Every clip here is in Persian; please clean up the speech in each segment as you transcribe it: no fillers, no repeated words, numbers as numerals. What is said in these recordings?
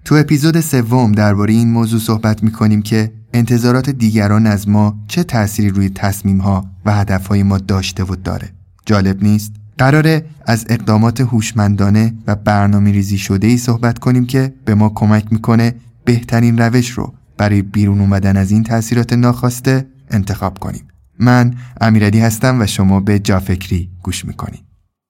تو اپیزود سوم درباره این موضوع صحبت می‌کنیم که انتظارات دیگران از ما چه تأثیری روی تصمیم‌ها و هدف‌های ما داشته و داره. جالب نیست؟ قراره از اقدامات هوشمندانه و برنامه‌ریزی شده‌ای صحبت کنیم که به ما کمک می‌کنه بهترین روش رو برای بیرون اومدن از این تأثیرات ناخواسته انتخاب کنیم. من امیرعلی هستم و شما به جافکری گوش می‌کنید.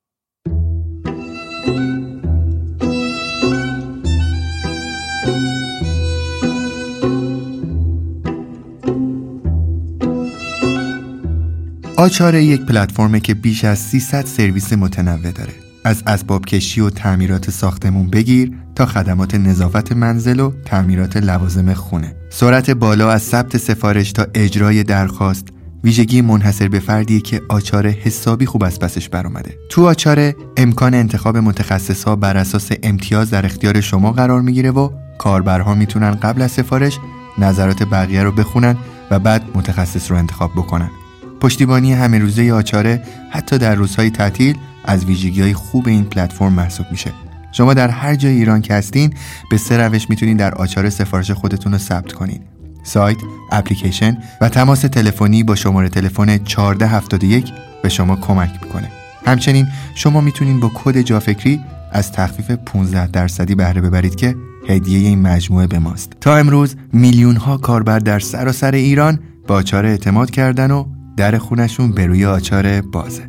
آچاره یک پلتفرمه که بیش از 300 سرویس متنوع داره. از اسباب کشی و تعمیرات ساختمون بگیر تا خدمات نظافت منزل و تعمیرات لوازم خونه. سرعت بالا از ثبت سفارش تا اجرای درخواست ویژگی منحصر به فردیه که آچاره حسابی خوب از پسش برآمده. تو آچاره امکان انتخاب متخصص‌ها بر اساس امتیاز در اختیار شما قرار میگیره و کاربرها میتونن قبل از سفارش نظرات بقیه رو بخونن و بعد متخصص رو انتخاب بکنن. پشتیبانی همه روزه آچاره حتی در روزهای تعطیل از ویژگی‌های خوب این پلتفرم محسوب میشه. شما در هر جای ایران که هستین به 3 روش میتونین در آچاره سفارش خودتون رو ثبت کنین: سایت، اپلیکیشن و تماس تلفنی با شماره تلفن 1471 به شما کمک میکنه. همچنین شما میتونین با کد جافکری از تخفیف 15% بهره ببرید که هدیه این مجموعه به ماست. تا امروز میلیون‌ها کاربر در سراسر ایران با آچاره اعتماد کردن و در خونشون به روی آچاره بازه.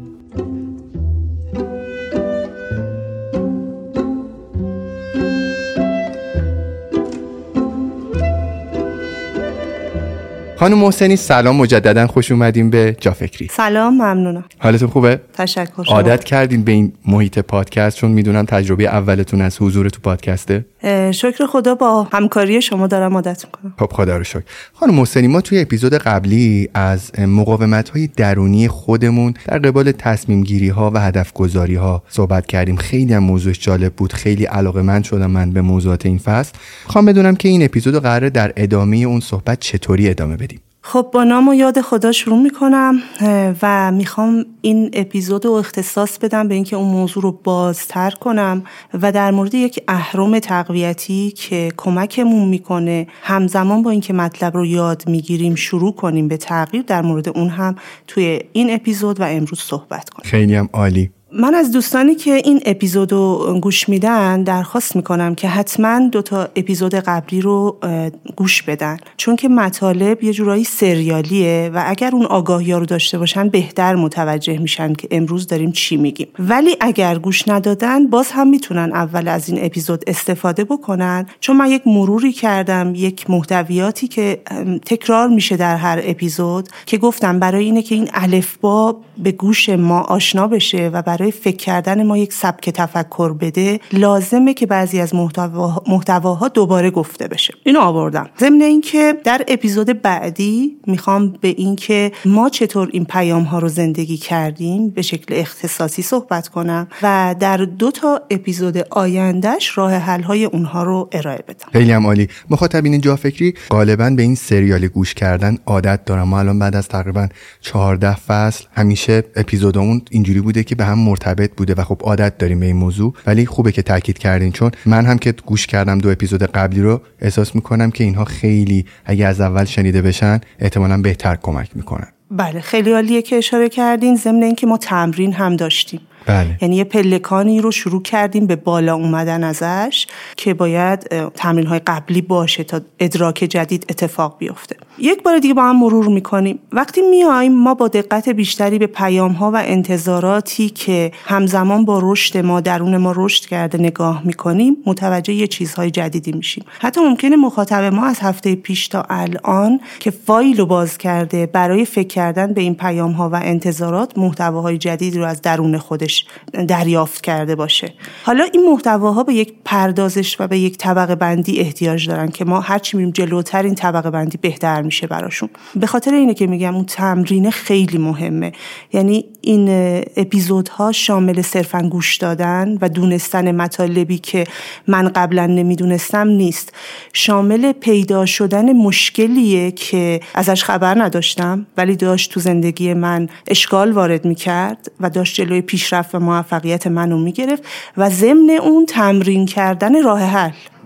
خانم محسنی سلام، مجددا خوش اومدیم به جافکری. سلام، ممنونم. حالتون خوبه؟ تشکر. عادت کردین به این محیط پادکست چون میدونم تجربه اولتون از حضور تو پادکسته؟ شکر خدا با همکاری شما دارم عادت میکنم. خب خدا رو شکر. خانم محسنی ما توی اپیزود قبلی از مقاومت‌های درونی خودمون در قبال تصمیم گیری‌ها و هدف گذاری‌ها صحبت کردیم. خیلی هم موضوعش جالب بود، خیلی علاقه‌مند شدم من به موضوعات این فصل. می‌خوام بدونم که این اپیزود قراره در ادامه اون صحبت چطوری ادامه بدیم. خب با نام و یاد خدا شروع میکنم و میخوام این اپیزود رو اختصاص بدم به اینکه اون موضوع رو بازتر کنم و در مورد یک اهرم تقویتی که کمکمون میکنه همزمان با اینکه مطلب رو یاد میگیریم شروع کنیم به تغییر، در مورد اون هم توی این اپیزود و امروز صحبت کنیم. خیلی هم عالی. من از دوستانی که این اپیزودو گوش میدن درخواست میکنم که حتما 2 اپیزود قبلی رو گوش بدن، چون که مطالب یه جورایی سریالیه و اگر اون آگاهی ها رو داشته باشن بهتر متوجه میشن که امروز داریم چی میگیم. ولی اگر گوش ندادن باز هم میتونن اول از این اپیزود استفاده بکنن، چون من یک مروری کردم، یک محتویاتی که تکرار میشه در هر اپیزود که گفتم برای اینه که این الفبا به گوش ما آشنا بشه و برای فکر کردن ما یک سبک تفکر بده، لازمه که بعضی از محتواها دوباره گفته بشه. اینو آوردم. ضمن اینکه در اپیزود بعدی میخوام به این که ما چطور این پیام ها رو زندگی کردیم به شکل اختصاصی صحبت کنم و در 2 اپیزود آیندهش راه حل های اونها رو ارائه بدم. خیلی هم عالی. مخاطبین جافکری غالبا به این سریال گوش کردن عادت دارن. ما الان بعد از تقریبا 14 فصل همیشه اپیزودمون اینجوری بوده که به هم مرتبط بوده و خب عادت داریم به این موضوع، ولی خوبه که تاکید کردین، چون من هم که گوش کردم 2 اپیزود قبلی رو احساس میکنم که اینها خیلی اگه از اول شنیده بشن احتمالاً بهتر کمک میکنن. بله، خیلی عالیه که اشاره کردین. ضمن اینکه ما تمرین هم داشتیم. بله. یعنی یه پلکانی رو شروع کردیم به بالا اومدن ازش که باید تمرین‌های قبلی باشه تا ادراک جدید اتفاق بیفته. یک بار دیگه با هم مرور می‌کنیم. وقتی میایم ما با دقت بیشتری به پیام‌ها و انتظاراتی که همزمان با رشد ما درون ما رشد کرده نگاه می‌کنیم، متوجه یه چیزهای جدیدی میشیم. حتی ممکنه مخاطب ما از هفته پیش تا الان که فایل رو باز کرده برای فکر کردن به این پیام‌ها و انتظارات محتواهای جدیدی رو از درون خودش دریافت کرده باشه. حالا این محتواها به یک پردازش و به یک طبقه بندی احتیاج دارن که ما هرچی میریم جلوتر این طبقه بندی بهتر میشه براشون. به خاطر اینه که میگم اون تمرین خیلی مهمه. یعنی این اپیزودها شامل صرفاً گوش دادن و دونستن مطالبی که من قبلا نمیدونستم نیست. شامل پیدا شدن مشکلیه که ازش خبر نداشتم ولی داشت تو زندگی من اشکال وارد میکرد و داشت جلوی پیشرفت و موفقیت منو میگرفت و ضمن اون تمرین کردن راه حل.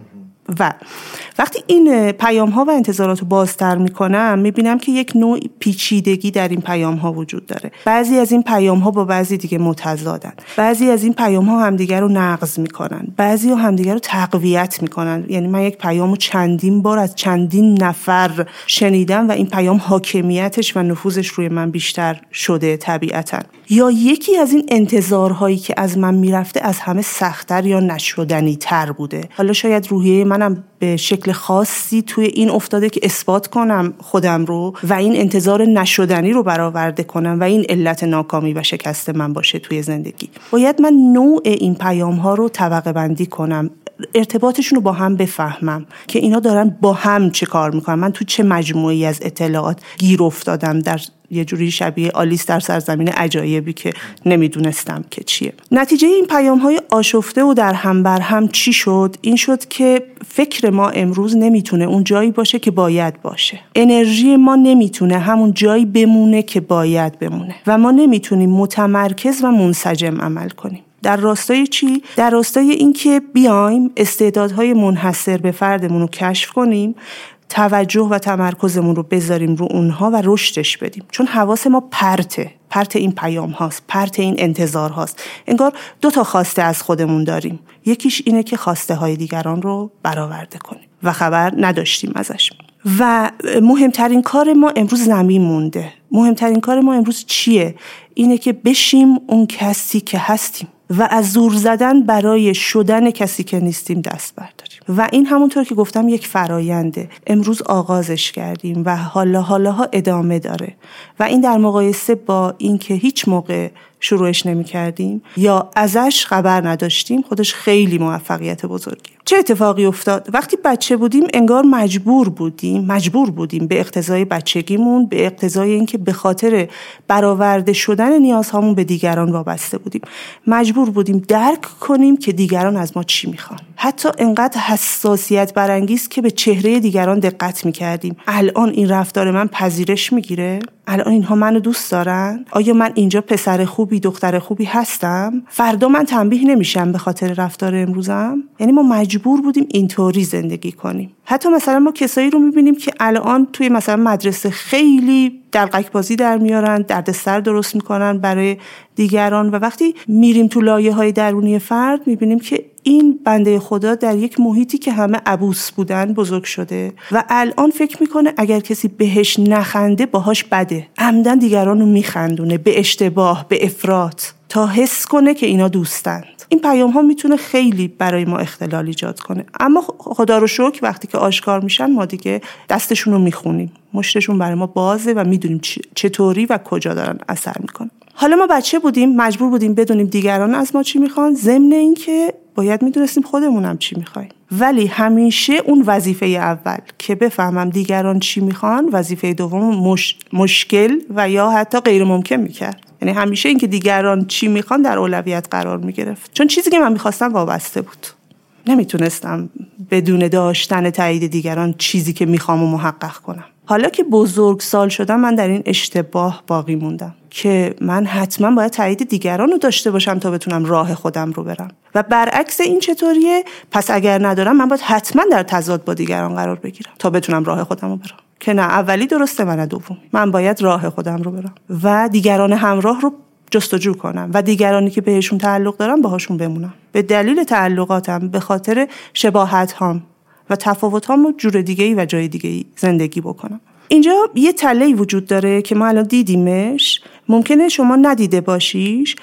و وقتی این پیام ها و انتظارات رو بازتر میکنم میبینم که یک نوع پیچیدگی در این پیام ها وجود داره. بعضی از این پیام ها با بعضی دیگه متضادن. بعضی از این پیام ها همدیگر رو نقض میکنن. بعضی ها همدیگر رو تقویت میکنن. یعنی من یک پیام رو چندین بار از چندین نفر شنیدم و این پیام حاکمیتش و نفوذش روی من بیشتر شده طبیعتاً. یا یکی از این انتظارهایی که از من میرفته از همه سخت‌تر یا نشدنی تر بوده. حالا شاید روحیه منم به شکل خاصی توی این افتاده که اثبات کنم خودم رو و این انتظار نشدنی رو برآورده کنم و این علت ناکامی و شکست من باشه توی زندگی. باید من نوع این پیام ها رو طبقه بندی کنم، ارتباطشون رو با هم بفهمم که اینا دارن با هم چه کار میکنن. من تو چه مجموعی از اطلاعات گیر افتادم، در یه جوری شبیه آلیس در سرزمین عجایبی که نمیدونستم که چیه. نتیجه این پیام‌های آشفته و در هم بر هم چی شد؟ این شد که فکر ما امروز نمیتونه اون جایی باشه که باید باشه. انرژی ما نمیتونه همون جایی بمونه که باید بمونه و ما نمیتونیم متمرکز و منسجم عمل کنیم. در راستای چی؟ در راستای این که بیایم استعدادهای منحصر به فردمون رو کشف کنیم، توجه و تمرکزمون رو بذاریم رو اونها و رشدش بدیم. چون حواس ما پرت این پیام هاست، پرت این انتظار هاست. انگار 2 خواسته از خودمون داریم. یکیش اینه که خواسته های دیگران رو برآورده کنیم و خبر نداشتیم ازش. و مهمترین کار ما امروز زمین مونده. مهمترین کار ما امروز چیه؟ اینه که بشیم اون کسی که هستیم و از زور زدن برای شدن کسی که نیستیم دست برداریم. و این همونطور که گفتم یک فراینده. امروز آغازش کردیم و حالاها ادامه داره و این در مقایسه با این که هیچ موقع شروعش نمی کردیم یا ازش خبر نداشتیم خودش خیلی موفقیت بزرگی. چه اتفاقی افتاد؟ وقتی بچه بودیم انگار مجبور بودیم به اقتضای بچگیمون، به اقتضای اینکه به خاطر برآورده شدن نیازهامون به دیگران وابسته بودیم. مجبور بودیم درک کنیم که دیگران از ما چی میخوان. حتی انقدر حساسیت برانگیز که به چهره دیگران دقت میکردیم. الان این رفتار من پذیرش میگیره؟ الان اینها منو دوست دارن؟ آیا من اینجا پسر خوبی دختر خوبی هستم؟ فردا من تنبیه نمیشم به خاطر رفتار امروزم؟ یعنی ما مجبور بودیم اینطوری زندگی کنیم. حتی مثلا ما کسایی رو میبینیم که الان توی مثلا مدرسه خیلی دلقک بازی در میارن، دردسر درست میکنن برای دیگران و وقتی میریم تو لایه‌های درونی فرد میبینیم که این بنده خدا در یک محیطی که همه عبوس بودن بزرگ شده و الان فکر میکنه اگر کسی بهش نخنده باهاش بده. عمدن دیگران رو میخندونه به اشتباه، به افراط تا حس کنه که اینا دوستند. این پیام ها میتونه خیلی برای ما اختلال ایجاد کنه، اما خدا رو شکر وقتی که آشکار میشن ما دیگه دستشون رو میخونیم، مشتشون برای ما بازه و میدونیم چطوری و کجا دارن اثر میکنن. حالا ما بچه بودیم، مجبور بودیم بدونیم دیگران از ما چی میخوان، ضمن این که باید میدونستیم خودمون هم چی میخوایم. ولی همیشه اون وظیفه اول که بفهمم دیگران چی میخوان، وظیفه دوم مشکل و یا حتی غیر ممکن میکرد. یعنی همیشه این که دیگران چی میخوان در اولویت قرار میگرفت، چون چیزی که من میخواستم وابسته بود. نمیتونستم بدون داشتن تایید دیگران چیزی که میخوام و محقق کنم. حالا که بزرگسال شدم من در این اشتباه باقی موندم که من حتما باید تایید دیگران رو داشته باشم تا بتونم راه خودم رو برم و برعکس این چطوریه؟ پس اگر ندارم من باید حتما در تضاد با دیگران قرار بگیرم تا بتونم راه خودم رو برم. که نه، اولی درسته من دوم. من باید راه خودم رو برم و دیگران همراه رو جستجو کنم و دیگرانی که بهشون تعلق دارم باهاشون بمونم. به دلیل تعلقاتم، به خاطر شباهت‌هام و تفاوت‌هام جور دیگه‌ای و جای دیگه‌ای زندگی بکنم. اینجا یه تله‌ای وجود داره که ما الان دیدیمش، ممکنه شما ندیده باشیش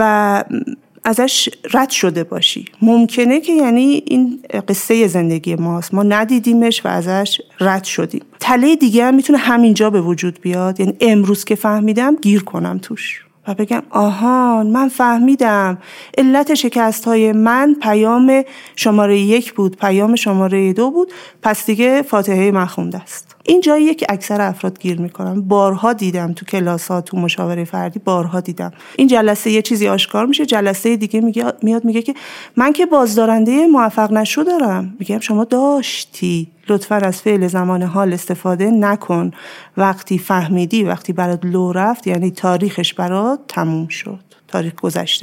و ازش رد شده باشی. ممکنه که یعنی این قصه زندگی ماست، ما ندیدیمش و ازش رد شدیم. تله دیگه هم میتونه همینجا به وجود بیاد، یعنی امروز که فهمیدم گیر کنم توش و بگم آهان من فهمیدم علت شکست‌های من پیام شماره 1 بود، پیام شماره 2 بود، پس دیگه فاتحه من خونده است. این جاییه که اکثر افراد گیر میکنن. بارها دیدم تو کلاس‌ها، تو مشاوره فردی بارها دیدم. این جلسه یه چیزی آشکار میشه، جلسه دیگه میاد میگه که من که بازدارنده موفق نشو دارم. میگم شما داشتی، لطفاً از فعل زمان حال استفاده نکن. وقتی فهمیدی، وقتی برات لو رفت، یعنی تاریخش برات تموم شد، تاریخ گذشته شد.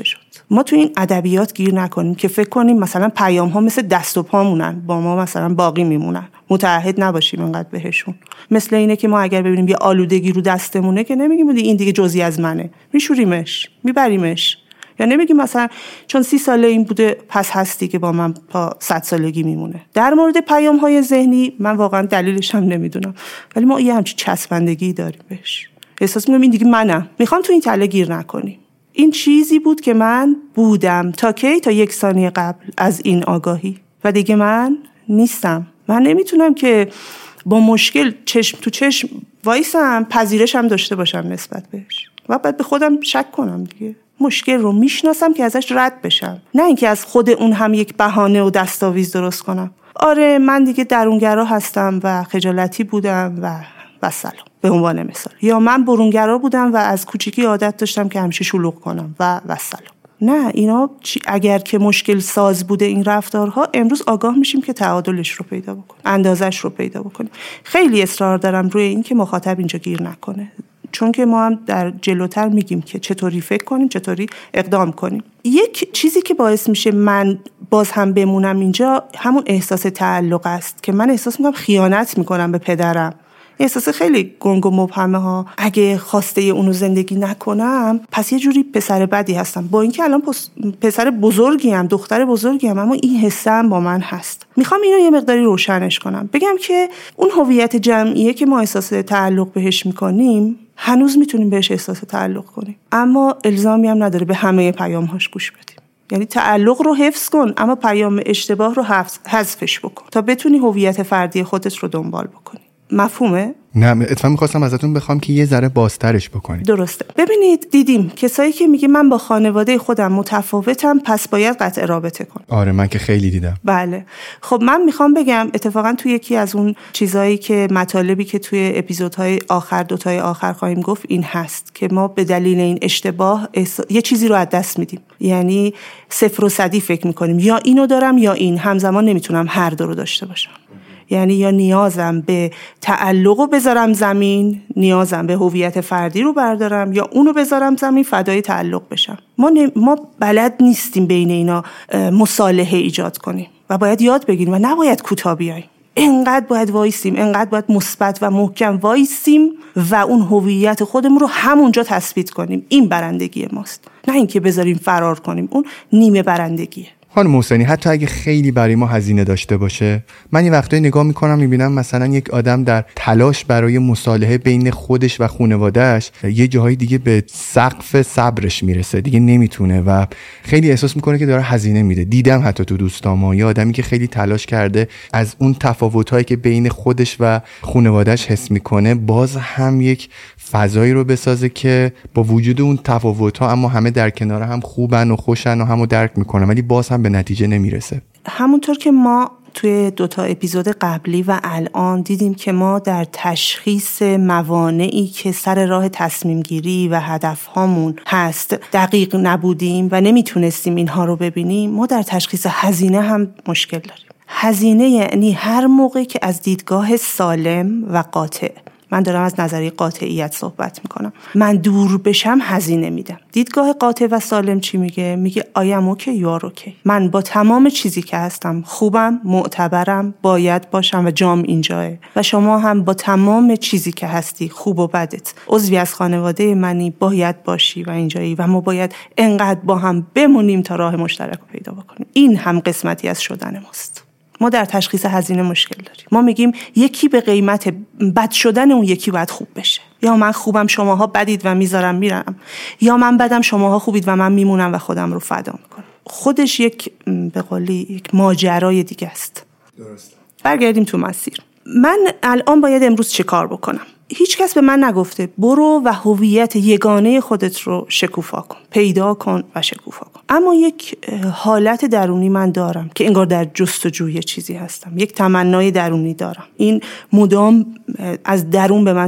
ما تو این ادبیات گیر نکنیم که فکر کنیم مثلا پیام ها مثل دست و پامونن، با ما مثلا باقی میمونن، متعهد نباشیم انقدر بهشون. مثل اینه که ما اگر ببینیم یه آلودگی رو دستمونه که نمیگیم این دیگه جزئی از منه، میشوریمش، میبریمش. یا نمیگیم مثلا چون 30 ساله این بوده پس هستی که با من تا 100 سالگی میمونه. در مورد پیام‌های ذهنی من واقعا دلیلش هم نمیدونم، ولی ما یه همچین چسبندگی داریم بهش. احساس می‌کنم این دیگه منم. میخوام تو این تله گیر نکنیم. این چیزی بود که من بودم تا کی؟ تا 1 ثانیه قبل از این آگاهی، و دیگه من نیستم. من نمیتونم که با مشکل چشم تو چشم وایسم، پذیرشم داشته باشم نسبت بهش و بعد به خودم شک کنم دیگه. مشکل رو میشناسم که ازش رد بشم، نه اینکه از خود اون هم یک بهانه و دستاویز درست کنم. آره من دیگه درونگرا هستم و خجالتی بودم و سلام به عنوان مثال، یا من برونگرا بودم و از کوچیکی عادت داشتم که همیشه شلوغ کنم و سلام. نه اینا اگر که مشکل ساز بوده این رفتارها، امروز آگاه میشیم که تعادلش رو پیدا بکنیم، اندازش رو پیدا بکنیم. خیلی اصرار دارم روی این که مخاطب اینجا گیر نکنه، چون که ما هم در جلوتر میگیم که چطوری فکر کنیم، چطوری اقدام کنیم. یک چیزی که باعث میشه من باز هم بمونم اینجا همون احساس تعلق است که من احساس میکنم خیانت میکنم به پدرم. احساس خیلی گنگ و مبهمه ها. اگه خواسته اونو زندگی نکنم پس یه جوری پسر بدی هستم، با اینکه الان پسر بزرگی ام، دختر بزرگی ام، اما این حسم با من هست. میخوام اینو یه مقداری روشنش کنم، بگم که اون هویت جمعیه که ما احساس تعلق بهش میکنیم هنوز میتونیم بهش احساس تعلق کنیم، اما الزامی هم نداره به همه پیام‌هاش گوش بدیم. یعنی تعلق رو حفظ کن اما پیام اشتباه رو حذفش بکن تا بتونی هویت فردی خودت رو دنبال بکنی. مفهومه؟ نه اتفاقا می‌خواستم ازتون بخوام که یه ذره بازترش بکنید. درسته. ببینید دیدیم کسایی که میگه من با خانواده خودم متفاوتم پس باید قطع رابطه کنم. آره من که خیلی دیدم. بله. خب من میخوام بگم اتفاقا توی یکی از اون چیزایی که مطالبی که توی اپیزودهای آخر دوتای آخر خواهیم گفت این هست که ما به دلیل این اشتباه یه چیزی رو از دست میدیم. یعنی 0 و 100 فکر میکنیم، یا اینو دارم یا این، همزمان نمیتونم هر دو رو داشته باشم. یعنی یا نیازم به تعلق رو بذارم زمین، نیازم به هویت فردی رو بردارم، یا اونو بذارم زمین فدای تعلق بشم. ما بلد نیستیم بین اینا مصالحه ایجاد کنیم و باید یاد بگیریم و نباید کوتاه بیاییم. انقدر باید وایسیم، انقدر باید مثبت و محکم وایسیم و اون هویت خودمون رو همونجا تثبیت کنیم. این برندگی ماست، نه اینکه بذاریم فرار کنیم. اون نیمه برندگیه. خانم حسینی حتی اگه خیلی برای ما هزینه داشته باشه، من یه وقتایی نگاه میکنم میبینم مثلا یک آدم در تلاش برای مصالحه بین خودش و خانواده‌اش یه جاهای دیگه به سقف صبرش میرسه، دیگه نمیتونه و خیلی احساس میکنه که داره هزینه میده. دیدم حتی تو دوستامو یه آدمی که خیلی تلاش کرده از اون تفاوتایی که بین خودش و خانواده‌اش حس میکنه باز هم یک فضایی رو بسازه که با وجود اون تفاوت‌ها اما همه در کنار هم خوبن و خوشن و همو درک میکنن، ولی باز هم به نتیجه نمیرسه. همونطور که ما توی 2 اپیزود قبلی و الان دیدیم که ما در تشخیص موانعی که سر راه تصمیم گیری و هدفهامون هست دقیق نبودیم و نمیتونستیم اینها رو ببینیم، ما در تشخیص هزینه هم مشکل داریم. هزینه یعنی هر موقع که از دیدگاه سالم و قاطع، من دارم از نظریه قاطعیت صحبت میکنم، من دور بشم هزینه میدم. دیدگاه قاطع و سالم چی میگه؟ میگه I am okay, you are okay. من با تمام چیزی که هستم خوبم، معتبرم، باید باشم و جام اینجاه، و شما هم با تمام چیزی که هستی، خوب و بدت، عضوی از خانواده منی، باید باشی و اینجایی و ما باید انقدر با هم بمونیم تا راه مشترک رو پیدا بکنیم. این هم قسمتی از شدن ماست. ما در تشخیص هزینه مشکل داریم. ما میگیم یکی به قیمت بد شدن اون یکی باید خوب بشه، یا من خوبم شماها بدید و میذارم میرم، یا من بدم شماها خوبید و من میمونم و خودم رو فدا میکنم. خودش یک به قولی یک ماجرای دیگه است. درسته. برگردیم تو مسیر. من الان باید امروز چه کار بکنم؟ هیچ کس به من نگفته برو و هویت یگانه خودت رو شکوفا کن، پیدا کن و شکوفا کن. اما یک حالت درونی من دارم که انگار در جستجوی چیزی هستم، یک تمنای درونی دارم. این مدام از درون به من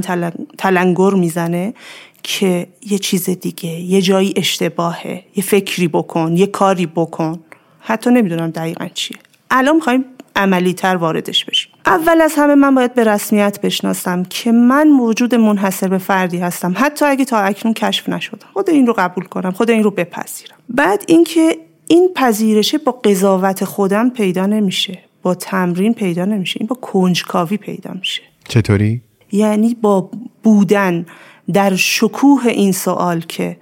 تلنگر میزنه که یه چیز دیگه، یه جایی اشتباهه، یه فکری بکن، یه کاری بکن. حتی نمیدونم دقیقاً چیه. الان میخوایم عملی تر واردش بشیم. اول از همه من باید به رسمیت بشناسم که من موجود منحصر به فردی هستم، حتی اگه تا اکنون کشف نشدم. خود این رو قبول کنم، خود این رو بپذیرم. بعد اینکه این پذیرشه با قضاوت خودم پیدا نمیشه، با تمرین پیدا نمیشه، این با کنجکاوی پیدا میشه. چطوری؟ یعنی با بودن در شکوه این سوال که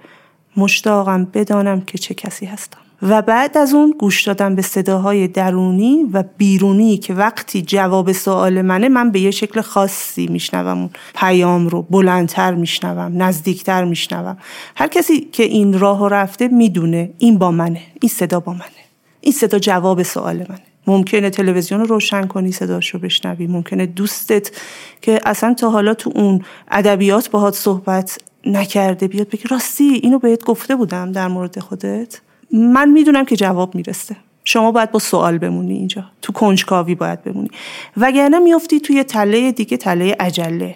مشتاقم بدانم که چه کسی هستم، و بعد از اون گوش دادم به صداهای درونی و بیرونی که وقتی جواب سوال منه من به یه شکل خاصی میشنوم، اون پیام رو بلندتر میشنوم، نزدیکتر میشنوم. هر کسی که این راهو رفته میدونه این با منه، این صدا با منه، این صدا جواب سوال منه. ممکنه تلویزیون رو روشن کنی صداشو بشنوی، ممکنه دوستت که اصلا تا حالا تو اون ادبیات باهات صحبت نکرده بیاد بگی راستی اینو بهت گفته بودم در مورد خودت. من میدونم که جواب میرسه. شما باید با سوال بمونی اینجا، تو کنجکاوی باید بمونی، وگرنه میافتی توی تله دیگه، تله عجله.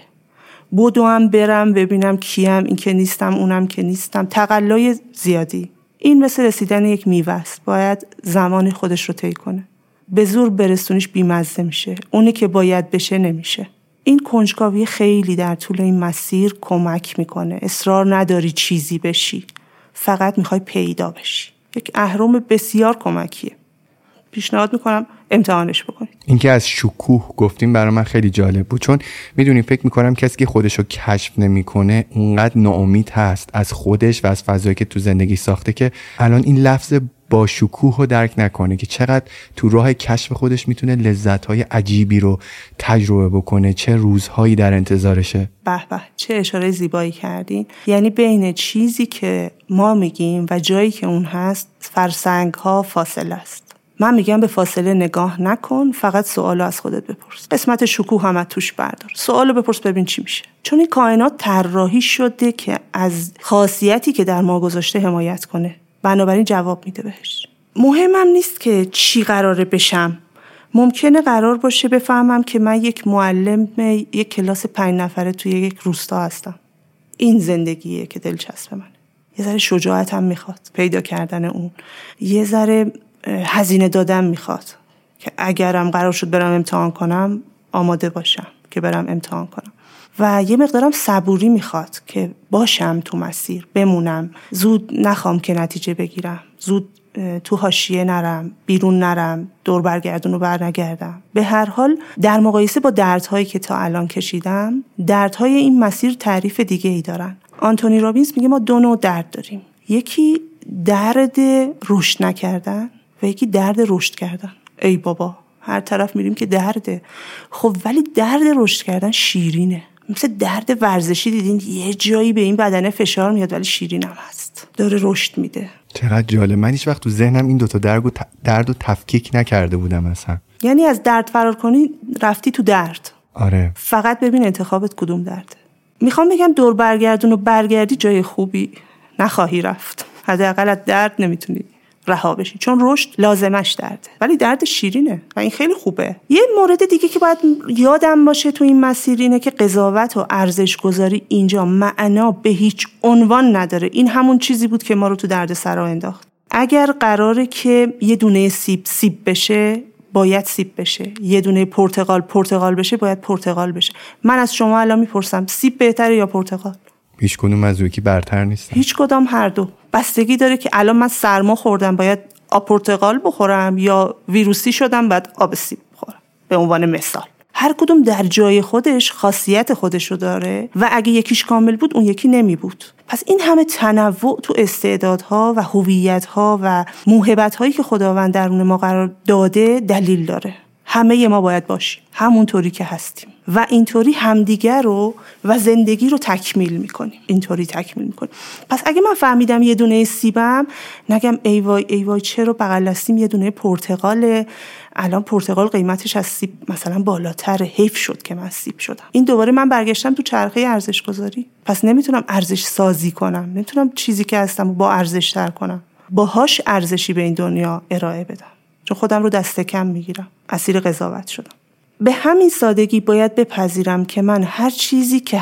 بدوم برم ببینم کیم، این که نیستم اونم که نیستم، تقلای زیادی. این مثل رسیدن یک میوه است، باید زمان خودش رو طی کنه. به زور برسونیش بیمزه میشه، اونی که باید بشه نمیشه. این کنجکاوی خیلی در طول این مسیر کمک میکنه. اصرار نداری چیزی بشی، فقط میخوای پیدا بشی. یک اهرم بسیار کمکیه. پیشنهاد میکنم امتحانش بکنید. این که از شکوه گفتیم برای من خیلی جالب بود، چون میدونیم فکر میکنم کسی که خودشو کشف نمیکنه اونقدر ناامید هست از خودش و از فضایی که تو زندگی ساخته که الان این لفظ با شکوه رو درک نکنه که چقدر تو راه کشف خودش میتونه لذت‌های عجیبی رو تجربه بکنه، چه روزهایی در انتظارشه. به به، چه اشاره زیبایی کردین. یعنی بین چیزی که ما میگیم و جایی که اون هست فرسنگ‌ها فاصله است. من میگم به فاصله نگاه نکن، فقط سوالو از خودت بپرس. قسمت شکوه هم توش بردار، سوالو بپرس ببین چی میشه. چون این کائنات طراحی شده که از خاصیتی که در ما گذاشته حمایت کنه، بنابراین جواب میده بهش. مهمم نیست که چی قراره بشم. ممکنه قرار باشه بفهمم که من یک معلم یک کلاس 5 نفره توی یک روستا هستم. این زندگیه که دلچسب منه. یه ذره شجاعت هم میخواد پیدا کردن اون، یه ذره هزینه دادن میخواد که اگرم قرار شد برم امتحان کنم آماده باشم که برم امتحان کنم، و یه مقدارم صبوری میخواد که باشم تو مسیر، بمونم، زود نخوام که نتیجه بگیرم، زود تو حاشیه نرم، بیرون نرم، دور برگردون و برنگردم. به هر حال در مقایسه با دردهایی که تا الان کشیدم، دردهای این مسیر تعریف دیگه ای دارن. آنتونی رابینز میگه ما 2 نوع درد داریم، یکی درد رشد نکردن و یکی درد رشد کردن. ای بابا، هر طرف میریم که درده. خب ولی درد رشد کردن شیرینه، مثل درد ورزشی. دیدین یه جایی به این بدنه فشار میاد ولی شیرین هم هست، داره رشد میده. چقدر جالب. من هیچ وقت تو ذهنم این 2 تا درد رو تفکیک نکرده بودم اصلا. یعنی از درد فرار کنی رفتی تو درد. آره. فقط ببین انتخابت کدوم درده. میخوام بگم دور برگردون و برگردی جای خوبی نخواهی رفت. حداقل از درد نمیتونی رها بشی، چون رشد لازمش درده، ولی درد شیرینه و این خیلی خوبه. یه مورد دیگه که باید یادم باشه تو این مسیر اینه که قضاوت و ارزش گذاری اینجا معنا به هیچ عنوان نداره. این همون چیزی بود که ما رو تو درد سرا انداخت. اگر قراره که یه دونه سیب بشه باید سیب بشه، یه دونه پرتقال بشه باید پرتقال بشه. من از شما الان میپرسم سیب بهتره یا پرتقال؟ هیچ کدوم از یکی برتر نیستن. هیچ کدام، هر دو. بستگی داره که الان من سرما خوردم باید آب پرتقال بخورم یا ویروسی شدم باید آب سیب بخورم، به عنوان مثال. هر کدوم در جای خودش خاصیت خودشو داره و اگه یکیش کامل بود اون یکی نمی بود. پس این همه تنوع تو استعدادها و هویت‌ها و موهبت‌هایی که خداوند درون ما قرار داده دلیل داره. همه ما باید باشیم همونطوری که هستیم و اینطوری همدیگر رو و زندگی رو تکمیل میکنیم. اینطوری تکمیل میکنیم. پس اگه من فهمیدم یه دونه سیبم، نگم ای وای چرا بغل دستیم یه دونه پرتقاله، الان پرتقال قیمتش از سیب مثلا بالاتره، حیف شد که من سیب شدم. این دوباره من برگشتم تو چرخه ارزش گذاری. پس نمیتونم ارزش سازی کنم، نمیتونم چیزی که هستم با ارزش تر کنم، باهاش ارزشی به این دنیا ارائه بدم، چون خودم رو دست کم میگیرم، اسیر قضاوت شدم. به همین سادگی باید بپذیرم که من هر چیزی که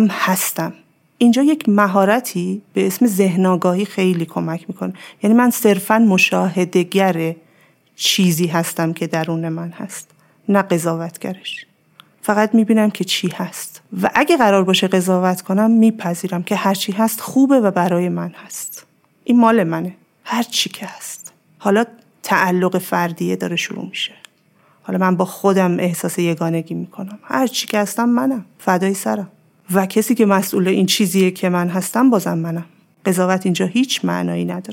هستم. اینجا یک مهارتی به اسم ذهن آگاهی خیلی کمک میکنه. یعنی من صرفاً مشاهده‌گر چیزی هستم که درون من هست، نه قضاوتگرش. فقط میبینم که چی هست و اگه قرار باشه قضاوت کنم میپذیرم که هر چی هست خوبه و برای من هست. این مال منه، هر چی که هست. حالا تعلق فردیه داره شروع میشه. حالا من با خودم احساس یگانگی میکنم، هر چی که هستم منم، فدای سرم و کسی که مسئول این چیزیه که من هستم بازم منم. قضاوت اینجا هیچ معنایی نداره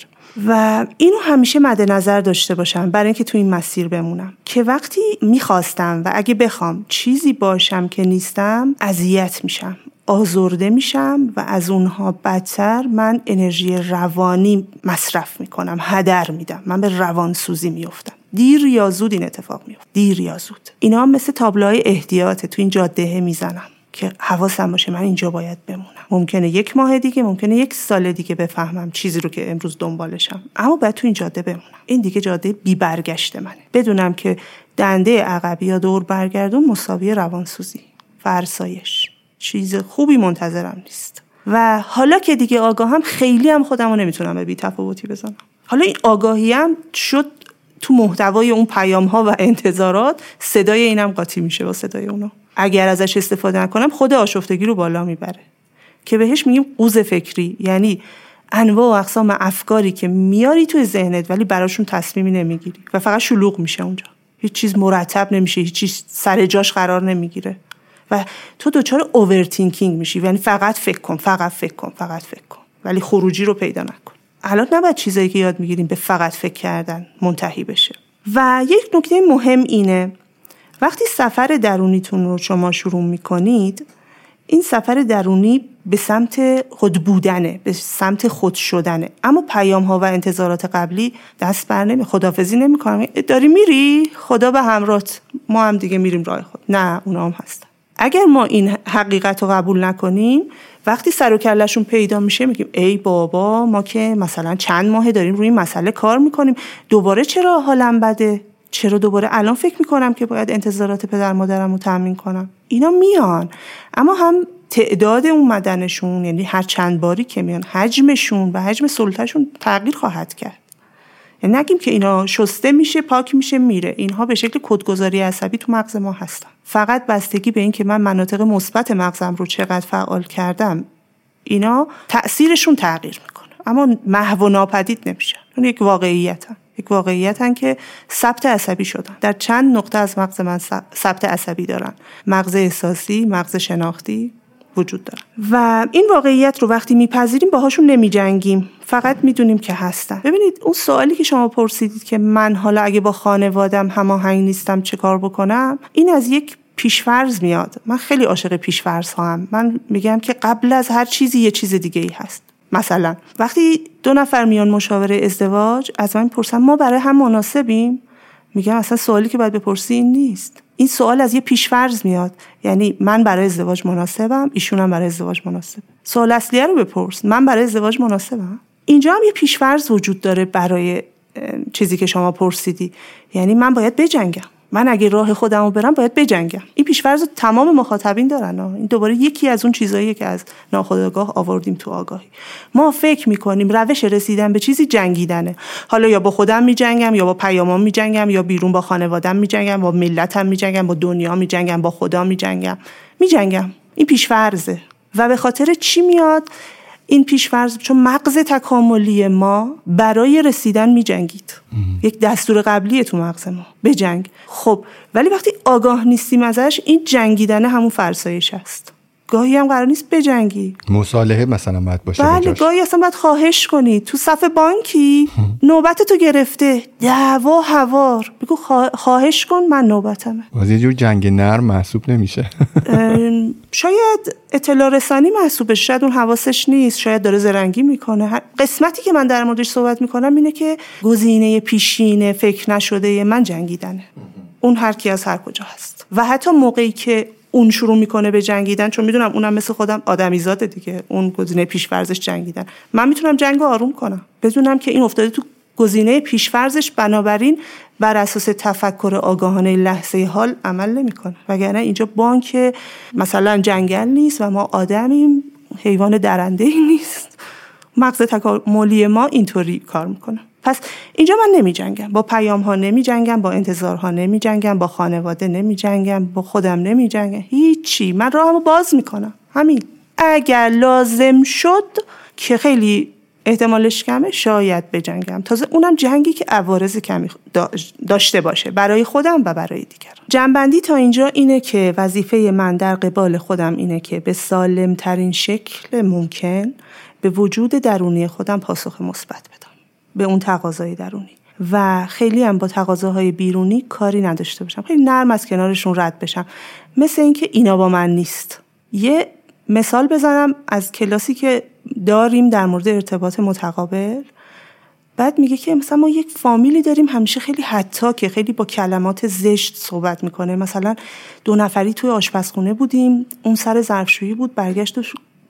و اینو همیشه مد نظر داشته باشم برای اینکه تو این مسیر بمونم که وقتی میخواستم و اگه بخوام چیزی باشم که نیستم اذیت میشم، آزرده میشم و از اونها بدتر من انرژی روانی مصرف میکنم، هدر میدم، من به روانسوزی میافتم. دیر یا زود این اتفاق میفته، دیر یا زود. اینا مثل تابلوهای احتیاطه، تو این جاده میزنم که حواسم باشه من اینجا باید بمونم. ممکنه 1 ماه دیگه، ممکنه 1 سال دیگه بفهمم چیزی رو که امروز دنبالشم، اما باید تو این جاده بمونم. این دیگه جاده بی برگشت منه. بدونم که دنده عقبی یا دور برگردون مساوی روانسوزی، فرسایش، چیز خوبی منتظرم نیست. و حالا که دیگه آگاهم، خیلی هم خودمو نمیتونم به بی‌تفاوتی بزنم. حالا این آگاهی هم شد تو محتوای اون پیام‌ها و انتظارات، صدای اینم قاطی میشه با صدای اونا. اگر ازش استفاده نکنم خود آشفتگی رو بالا میبره که بهش میگیم قوز فکری، یعنی انواع و اقسام افکاری که میاری توی ذهنت ولی براشون تصمیمی نمیگیری و فقط شلوغ میشه اونجا. هیچ چیز مرتب نمیشه، هیچ چیز سر جاش قرار نمیگیره و تو دچار اوورتینکینگ میشی، یعنی فقط فکر کن، فقط فکر کن، فقط فکر کن، ولی خروجی رو پیدا نکن. الان نباید چیزایی که یاد میگیریم به فقط فکر کردن منتهی بشه. و یک نکته مهم اینه وقتی سفر درونیتون رو شما شروع میکنید، این سفر درونی به سمت خود بودنه، به سمت خود شدنه، اما پیام ها و انتظارات قبلی دست بر نمی، خداحافظی نمی کنم. داری میری؟ خدا به همراهت، ما هم دیگه میریم راه خود. نه، اونا هم هستن. اگر ما این حقیقت رو قبول نکنیم، وقتی سر و کله‌شون پیدا میشه میگیم ای بابا، ما که مثلا چند ماه داریم روی این مسئله کار میکنیم، دوباره چرا حالم بده؟ چرا دوباره الان فکر میکنم که باید انتظارات پدر مادرم رو تامین کنم؟ اینا میان، اما هم تعداد اومدنشون، یعنی هر چند باری که میان، حجمشون و حجم سلطهشون تغییر خواهد کرد. یعنی نگیم که اینا شسته میشه، پاک میشه، میره. اینها به شکل کدگذاری عصبی تو مغز ما هستن. فقط بستگی به این که من مناطق مثبت مغزم رو چقدر فعال کردم، اینا تأثیرشون تغییر میکنه، اما محو و ناپدید نمیشن. اون یک واقعیتن که ثبت عصبی شدن. در چند نقطه از مغز من ثبت عصبی دارن، مغز احساسی، مغز شناختی وجود دارن و این واقعیت رو وقتی میپذیریم باهاشون نمیجنگیم، فقط میدونیم که هستن. ببینید اون سوالی که شما پرسیدید که من حالا اگه با خانوادم هماهنگ نیستم چه کار بکنم، این از یک پیشفرض میاد. من خیلی عاشق پیشفرض هم. من میگم که قبل از هر چیزی یه چیز دیگه ای هست. مثلا وقتی 2 نفر میان مشاوره ازدواج، از من میپرسن ما برای هم مناسبیم؟ میگم اصلا سوالی که باید بپرسی این نیست. این سوال از یه پیشفرض میاد، یعنی من برای ازدواج مناسبم، ایشون هم برای ازدواج مناسبه. سوال اصلیه رو بپرس، من برای ازدواج مناسبم؟ اینجا هم یه پیشفرض وجود داره برای چیزی که شما پرسیدی، یعنی من باید بجنگم. من اگه راه خودمو برم باید بجنگم. این پیش‌فرض رو تمام مخاطبین دارن. این دوباره یکی از اون چیزاییه که از ناخودآگاه آوردیم تو آگاهی. ما فکر می‌کنیم روش رسیدن به چیزی جنگیدنه. حالا یا با خودم می‌جنگم، یا با پیامام می‌جنگم، یا بیرون با خانواده‌ام می‌جنگم، با ملتم می‌جنگم، با دنیا می‌جنگم، با خدا می‌جنگم. این پیش‌فرضه. و به خاطر چی میاد این پیش‌فرض؟ چون مغز تکاملی ما برای رسیدن می‌جنگید. یک دستور قبلیه تو مغز ما، بجنگ. خب ولی وقتی آگاه نیستیم ازش، این جنگیدن همون فرسایش است. گاهی هم قرار نیست بجنگی، مصالحه مثلا باید باشه. بله، گاهی اصلا باید خواهش کنی. تو صف بانکی نوبت تو گرفته، دعوا هوار، بگو خواهش کن من نوبتمه. باز یه جور جنگ نرم محسوب نمیشه؟ شاید اطلاع رسانی محسوب بشه، شاید اون حواسش نیست، شاید داره زرنگی میکنه. قسمتی که من در موردش صحبت میکنم اینه که گزینه پیشین فکر نشده من جنگیدنه. اون هر کی از هر کجا هست و حتی موقعی که اون شروع میکنه به جنگیدن، چون میدونم اونم مثل خودم آدمیزاده دیگه، اون گزینه پیش‌فرضش جنگیدن، من میتونم جنگ رو آروم کنم، بدونم که این افتاده تو گزینه پیش‌فرضش، بنابراین بر اساس تفکر آگاهانه لحظه حال عمل نمیکنه. وگرنه اینجا بانک مثلا جنگل نیست و ما آدمیم، حیوان درنده‌ای نیست، مغز تکاملی ما اینطوری کار میکنه. پس اینجا من نمی جنگم، با پیام ها نمی جنگم، با انتظارها نمی جنگم، با خانواده نمی جنگم، با خودم نمی جنگم، هیچی. من راهمو باز میکنم، همین. اگر لازم شد که خیلی احتمالش کمه شاید بجنگم، تازه اونم جنگی که عوارض کمی داشته باشه برای خودم و برای دیگران. جنبندی تا اینجا اینه که وظیفه من در قبال خودم اینه که به سالم ترین شکل ممکن به وجود درونی خودم پاسخ مثبت بدم، به اون تقاضای درونی، و خیلی هم با تقاضاهای بیرونی کاری نداشته باشم، خیلی نرم از کنارشون رد بشم، مثل اینکه اینا با من نیست. یه مثال بزنم از کلاسی که داریم در مورد ارتباط متقابل. بعد میگه که مثلا ما یک فامیلی داریم همیشه خیلی که خیلی با کلمات زشت صحبت میکنه. مثلا 2 نفری توی آشپزخونه بودیم، اون سر ظرفشویی بود، برگشت و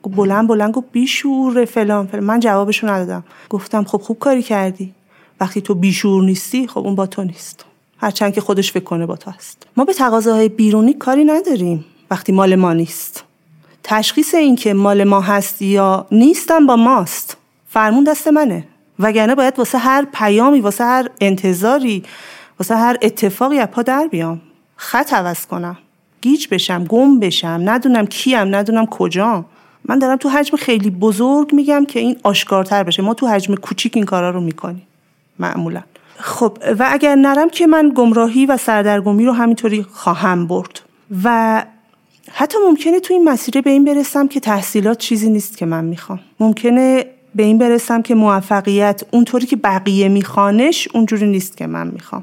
بلند گفت بیشوره فلان. من جوابشو ندادم، گفتم خب خوب کاری کردی، وقتی تو بیشور نیستی خب اون با تو نیست، هرچند که خودش فکر کنه با تو هست. ما به تقاضاهای بیرونی کاری نداریم وقتی مال ما نیست. تشخیص این که مال ما هست یا نیستم با ماست، فرمون دست منه، وگرنه باید واسه هر پیامی، واسه هر انتظاری، واسه هر اتفاقی از پا در بیام، خط عوض کنم، گیج بشم، گم بشم، ندونم کیم، ندونم کجام. من دارم تو حجم خیلی بزرگ میگم که این آشکارتر بشه. ما تو حجم کوچیک این کارا رو میکنیم معمولا. خب و اگر نرم که من گمراهی و سردرگمی رو همینطوری خواهم برد و حتی ممکنه تو این مسیر به این برسم که تحصیلات چیزی نیست که من میخوام. ممکنه به این برسم که موفقیت اونطوری که بقیه میخوانش اونجوری نیست که من میخوام.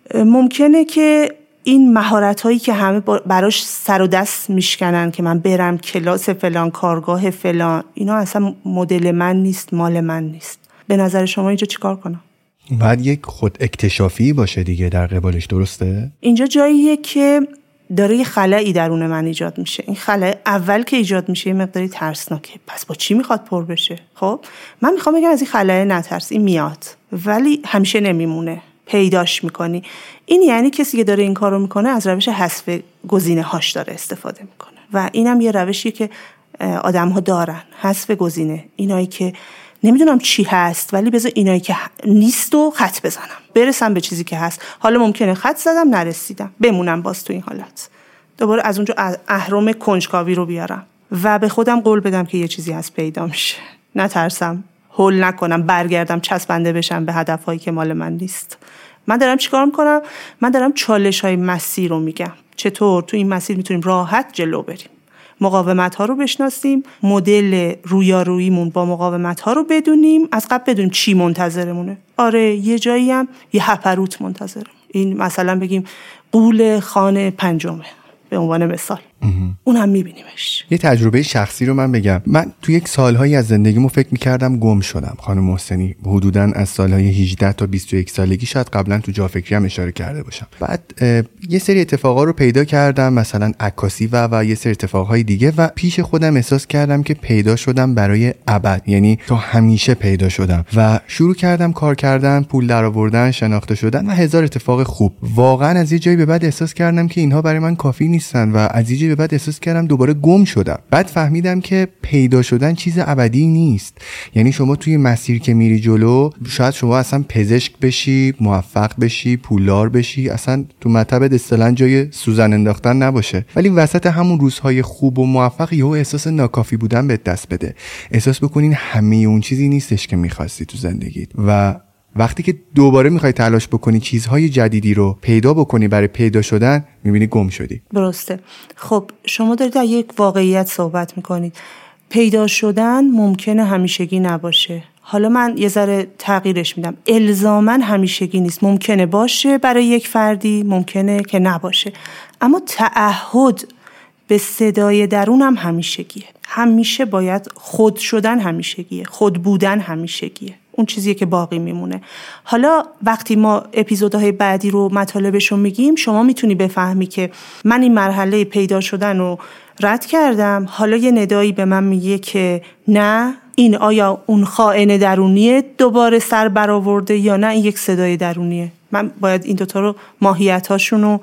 ممکنه که این مهارت‌هایی که همه براش سر و دست میشکنن که من برم کلاس فلان، کارگاه فلان، اینا اصلا مدل من نیست، مال من نیست. به نظر شما اینجا چیکار کنم؟ باید یک خود اکتشافی باشه دیگه در قبالش، درسته؟ اینجا جاییه که داره یه خلایی درون من ایجاد میشه. این خلأ اول که ایجاد میشه یه مقداری ترسناکه. پس با چی میخواد پر بشه؟ خب من میخوام بگم از این خلأ نترس، این میاد ولی همیشه نمیمونه، پیداش میکنی. این یعنی کسی که داره این کارو میکنه از روش حذف گزینه‌هاش داره استفاده میکنه و اینم یه روشیه که آدم‌ها دارن، حذف گزینه. اینایی که نمیدونم چی هست ولی بذار اینایی که نیست و خط بزنم برسم به چیزی که هست. حالا ممکنه خط زدم نرسیدم، بمونم باز تو این حالت، دوباره از اونجا اهرم کنجکاوی رو بیارم و به خودم قول بدم که یه چیزی هست پیدا میشه. نترسم، هول نکنم، برگردم چسبنده بشم به هدفهایی که مال من نیست. من دارم چیکار میکنم؟ من دارم چالش‌های مسیر رو میگم، چطور تو این مسیر میتونیم راحت جلو بریم. مقاومت‌ها رو بشناسیم، مدل رویاروییمون با مقاومت‌ها رو بدونیم، از قبل بدونیم چی منتظرمونه. آره یه جایی هم یه هپروت منتظرم. این مثلا بگیم غول خانه 5 به عنوان مثال، اون هم میبینیمش. یه تجربه شخصی رو من بگم. من تو یک سالهایی از زندگیمو فکر میکردم گم شدم. خانم محسنی حدوداً از سالهای 18 تا 21 سالگی، شاید قبلا تو جافکری هم اشاره کرده باشم. بعد یه سری اتفاقا رو پیدا کردم، مثلا عکاسی و یه سری اتفاقهای دیگه، و پیش خودم احساس کردم که پیدا شدم برای ابد، یعنی تا همیشه پیدا شدم و شروع کردم کار کردن، پول درآوردن، شناخته شدن و هزار اتفاق خوب. واقعا از یه جایی به بعد احساس کردم که اینها برای من کافی نیستن و از یه جایی به بعد احساس کردم دوباره گم شدم. بعد فهمیدم که پیدا شدن چیز ابدی نیست. یعنی شما توی مسیر که میری جلو، شاید شما اصلا پزشک بشی، موفق بشی، پولدار بشی، اصلا تو مطبت اصطلاحاً جای سوزن انداختن نباشه، ولی وسط همون روزهای خوب و موفق یهو احساس ناکافی بودن بهت دست بده، احساس بکنین همه اون چیزی نیستش که می‌خواستی تو زندگیت. و وقتی که دوباره میخوای تلاش بکنی چیزهای جدیدی رو پیدا بکنی برای پیدا شدن، میبینی گم شدی. درسته. خب شما دارید در یک واقعیت صحبت میکنید. پیدا شدن ممکنه همیشگی نباشه. حالا من یه ذره تغییرش میدم. الزاماً همیشگی نیست. ممکنه باشه برای یک فردی، ممکنه که نباشه. اما تعهد به صدای درونم همیشگیه. همیشه باید خود شدن همیشگیه. خود بودن همیشگیه. اون چیزیه که باقی میمونه. حالا وقتی ما اپیزودهای بعدی رو مطالبش رو میگیم، شما میتونی بفهمی که من این مرحله پیدا شدن رو رد کردم. حالا یه ندایی به من میگه که نه، این آیا اون خائن درونیه دوباره سر برآورده یا نه این یک صدای درونیه. من باید این دوتا رو ماهیتاشون رو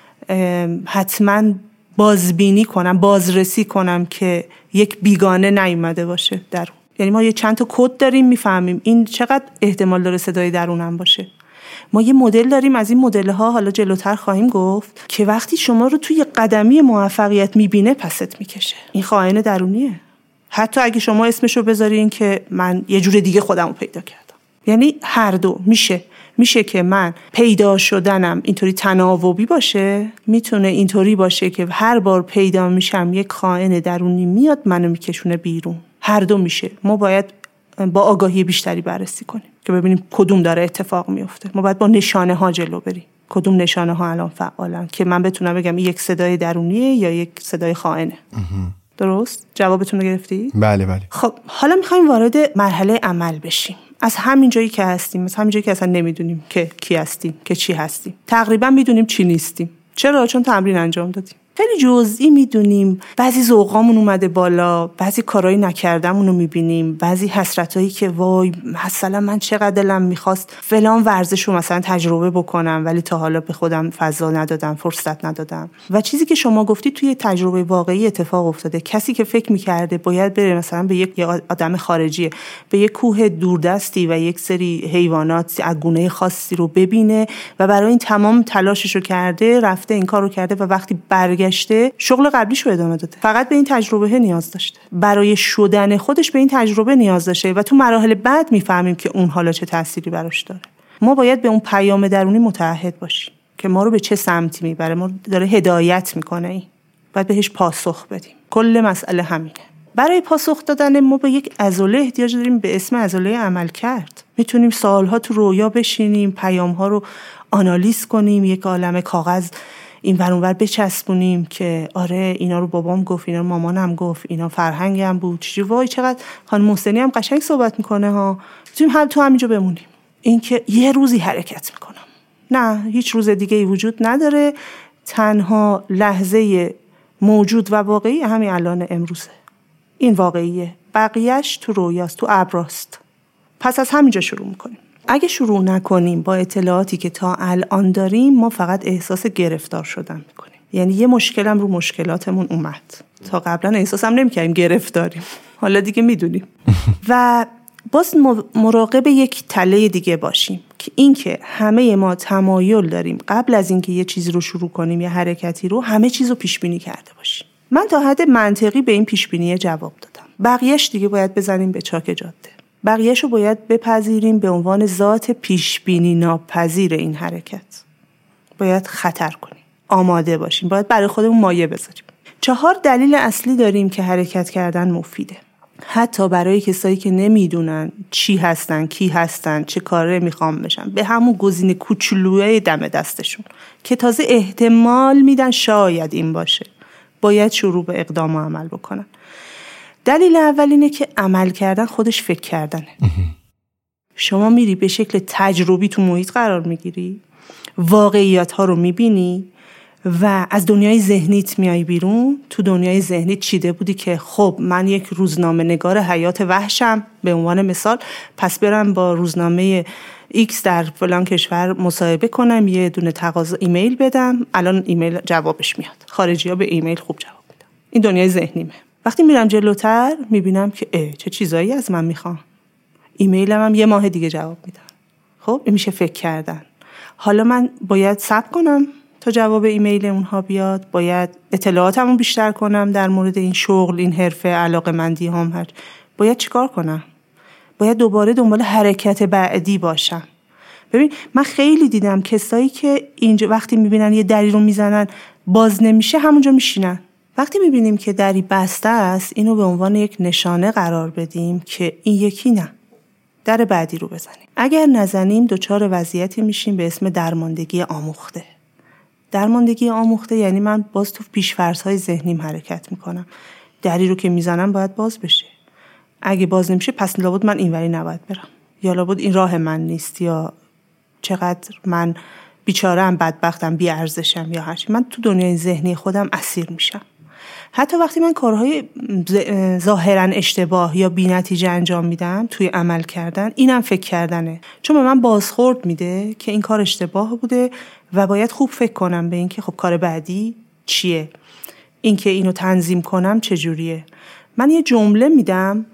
حتما بازبینی کنم، بازرسی کنم که یک بیگانه نیومده باشه درون. یعنی ما یه چند تا کد داریم میفهمیم این چقدر احتمال داره صدای درونم باشه. ما یه مدل داریم، از این مدل‌ها حالا جلوتر خواهیم گفت، که وقتی شما رو توی قدمی موفقیت میبینه پست میکشه. این خائن درونیه. حتی اگه شما اسمشو بذارین که من یه جور دیگه خودمو پیدا کردم. یعنی هر دو میشه که من پیدا شدنم اینطوری تناوبی باشه، میتونه اینطوری باشه که هر بار پیدا میشم یک خائن درونی میاد منو میکشونه بیرون. هر دو میشه. ما باید با آگاهی بیشتری بررسی کنیم که ببینیم کدوم داره اتفاق میفته. ما باید با نشانه ها جلو بریم. کدوم نشانه ها الان فعالن که من بتونم بگم این یک صدای درونیه یا یک صدای خائنه. درست؟ جوابتون رو گرفتی؟ بله. خب حالا میخوایم وارد مرحله عمل بشیم. از همین جایی که هستیم، از همین جایی که اصلا نمیدونیم که کی هستیم، که چی هستیم. تقریبا میدونیم چی نیستیم. چرا؟ چون تمرین انجام دادیم. خیلی جزئی میدونیم، بعضی ذوقامون اومده بالا، بعضی کارهای نکردمون رو میبینیم، بعضی حسرتایی که وای مثلا من چقدر دلم میخواست فلان ورزش رو مثلا تجربه بکنم ولی تا حالا به خودم فضا ندادم، فرصت ندادم. و چیزی که شما گفتی توی تجربه واقعی اتفاق افتاده. کسی که فکر میکرده باید بره مثلا به یک آدم خارجی، به یک کوه دوردستی و یک سری حیوانات از گونه خاصی رو ببینه و برای این تمام تلاشش رو کرده، رفته این کار رو کرده و وقتی برگشته شغل قبلیش رو ادامه داده. فقط به این تجربه نیاز داشته. برای شدن خودش به این تجربه نیاز داشته و تو مراحل بعد میفهمیم که اون حالا چه تأثیری براش داره. ما باید به اون پیام درونی متعهد باشیم که ما رو به چه سمتی میبره، ما داره هدایت میکنه. این باید بهش پاسخ بدیم. کل مسئله همینه. برای پاسخ دادن ما به یک عضله احتیاج داریم به اسم عضله عملکرد. میتونیم سالها تو رویا بشینیم، پیام‌ها رو آنالیز کنیم، یک عالمه کاغذ این ور اونور بچسبونیم که آره اینا رو بابام گفت، اینا رو مامانم گفت، اینا فرهنگم بود. چی وای چقدر خانم محسنی هم قشنگ صحبت میکنه ها. میتونیم هم تو همینجا بمونیم. این که یه روزی حرکت میکنم. نه، هیچ روز دیگه ای وجود نداره. تنها لحظه موجود و واقعی همین الان امروزه. این واقعیه. بقیهش تو رویاست، تو ابراست. پس از همینجا شروع میکنیم. اگه شروع نکنیم با اطلاعاتی که تا الان داریم، ما فقط احساس گرفتار شدن میکنیم. یعنی یه مشکلم رو مشکلاتمون اومد. تا قبلا احساسم نمیکردیم گرفتاریم. حالا دیگه میدونیم. و باز مراقب یک تله دیگه باشیم که این که همه ما تمایل داریم قبل از اینکه یه چیزی رو شروع کنیم یا حرکتی رو همه چیز رو پیش بینی کرده باشیم. من تا حد منطقی به این پیش بینی جواب دادم. بقیه‌اش دیگه باید بزنیم به چاک جاده. بقیه‌شو باید بپذیریم به عنوان ذات پیشبینی ناپذیر این حرکت. باید خطر کنیم. آماده باشیم. باید برای خودمون مایه بذاریم. 4 دلیل اصلی داریم که حرکت کردن مفیده. حتی برای کسایی که نمیدونن چی هستن، کی هستن، چه کاره میخوام بشن، به همون گزینه کوچولوی دم دستشون که تازه احتمال میدن شاید این باشه، باید شروع به اقدام و عمل بکنن. دلیل اول اینه که عمل کردن خودش فکر کردنه. شما میری به شکل تجربی تو محیط قرار میگیری، واقعیت ها رو میبینی و از دنیای ذهنیت میای بیرون. تو دنیای ذهنیت چیده بودی که خب من یک روزنامه نگار حیات وحشم به عنوان مثال، پس برم با روزنامه ایکس در فلان کشور مصاحبه کنم، یه دونه تقاضا ایمیل بدم، الان ایمیل جوابش میاد. خارجی‌ها به ایمیل خوب جواب میدن. این دنیای ذهنیمه. وقتی میرم جلوتر میبینم که چه چیزایی از من میخوان. ایمیلم هم 1 ماه دیگه جواب میدن. خب این میشه فکر کردن. حالا من باید صبر کنم تا جواب ایمیل اونها بیاد، باید اطلاعاتمو بیشتر کنم در مورد این شغل، این حرفه، علاقه‌مندی هم باید چیکار کنم؟ باید دوباره دنبال حرکت بعدی باشم. ببین من خیلی دیدم کسایی که اینجا وقتی میبینن یه دری رو میزنن باز نمیشه همونجا میشینن. وقتی میبینیم که دری بسته است، اینو به عنوان یک نشانه قرار بدیم که این یکی نه، در بعدی رو بزنیم. اگر نزنیم دچار وضعیتی میشیم به اسم درماندگی آموخته. درماندگی آموخته یعنی من باز تو پیش‌فرض‌های ذهنیم حرکت میکنم. دری رو که میزنم باید باز بشه. اگه باز نمیشه پس لابد من اینوری نباید برم، یا لابد این راه من نیست، یا چقدر من بیچاره‌ام، بدبختم، بی‌ارزشم، یا هرچی. من تو دنیای ذهنی خودم اسیر میشم. حتی وقتی من کارهای ظاهراً اشتباه یا بی‌نتیجه انجام میدم توی عمل کردن، اینم فکر کردنه، چون به من بازخورد میده که این کار اشتباه بوده و باید خوب فکر کنم به این که خب کار بعدی چیه، این که اینو تنظیم کنم چجوریه. من یه جمله میدم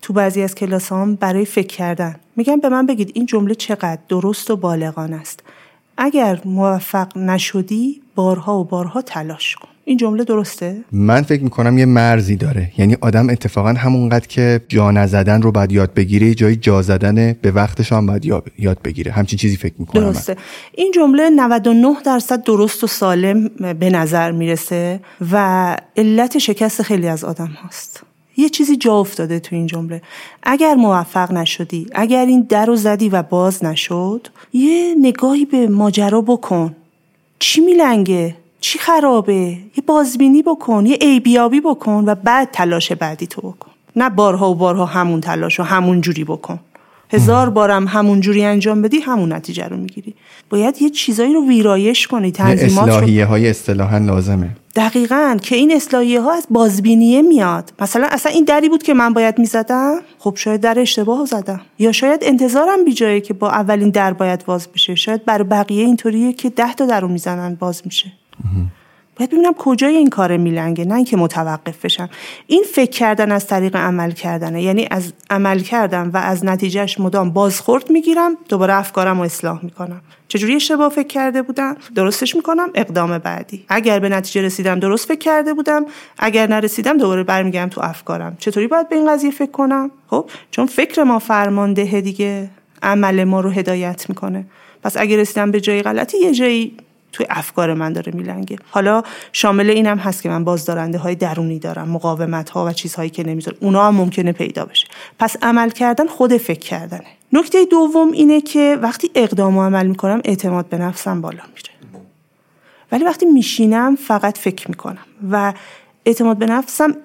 تو بعضی از کلاسام برای فکر کردن میگم به من بگید این جمله چقدر درست و بالغانه است. اگر موفق نشدی بارها و بارها تلاش کن. این جمله درسته؟ من فکر میکنم یه مرزی داره. یعنی آدم اتفاقا همونقدر که جا نزدن رو باید یاد بگیره، جای جا زدن به وقتش هم باید یاد بگیره. همچین چیزی فکر میکنم. درسته. این جمله 99% درست و سالم به نظر میرسه و علت شکست خیلی از آدم هاست. یه چیزی جا افتاده تو این جمله. اگر موفق نشدی، اگر این در رو زدی و باز نشد، یه نگاهی به ماجرا بکن. چی میلنگه؟ چی خرابه؟ یه بازبینی بکن، یه عیبیابی بکن و بعد تلاش بعدی تو بکن. نه بارها و بارها همون تلاش و همون جوری بکن. 1000 بارم همون جوری انجام بدی همون نتیجه رو میگیری. باید یه چیزایی رو ویرایش کنی، تنظیمات رو. اصلاحیه های اصطلاحاً لازمه. دقیقاً، که این اصلاحیه ها از بازبینیه میاد. مثلا اصلا این دری بود که من باید میزدم، خب شاید در اشتباه زدم، یا شاید انتظارم بی جایه که با اولین در باید باز بشه. شاید برای بقیه اینطوریه که 10 تا درو میزنن باز میشه. باید ببینم کجای این کار میلنگه، نه اینکه متوقف بشم. این فکر کردن از طریق عمل کردنه. یعنی از عمل کردم و از نتیجهش مدام بازخورد میگیرم، دوباره افکارم رو اصلاح میکنم. چجوری اشتباه فکر کرده بودم، درستش میکنم، اقدام بعدی. اگر به نتیجه رسیدم درست فکر کرده بودم، اگر نرسیدم دوباره برمیگردم تو افکارم. چطوری باید به این قضیه فکر کنم؟ خب چون فکر ما فرمانده دیگه، عمل ما رو هدایت میکنه. پس اگر رسیدم به جای غلطی، یه جایی توی افکار من داره میلنگه. حالا شامل اینم هست که من بازدارنده های درونی دارم، مقاومت ها و چیزهایی که نمیذارم، اونا هم ممکنه پیدا بشه. پس عمل کردن خود فکر کردنه. نکته دوم اینه که وقتی اقدام و عمل میکنم اعتماد به نفسم بالا میره. ولی وقتی میشینم فقط فکر میکنم و اعتماد به نفسم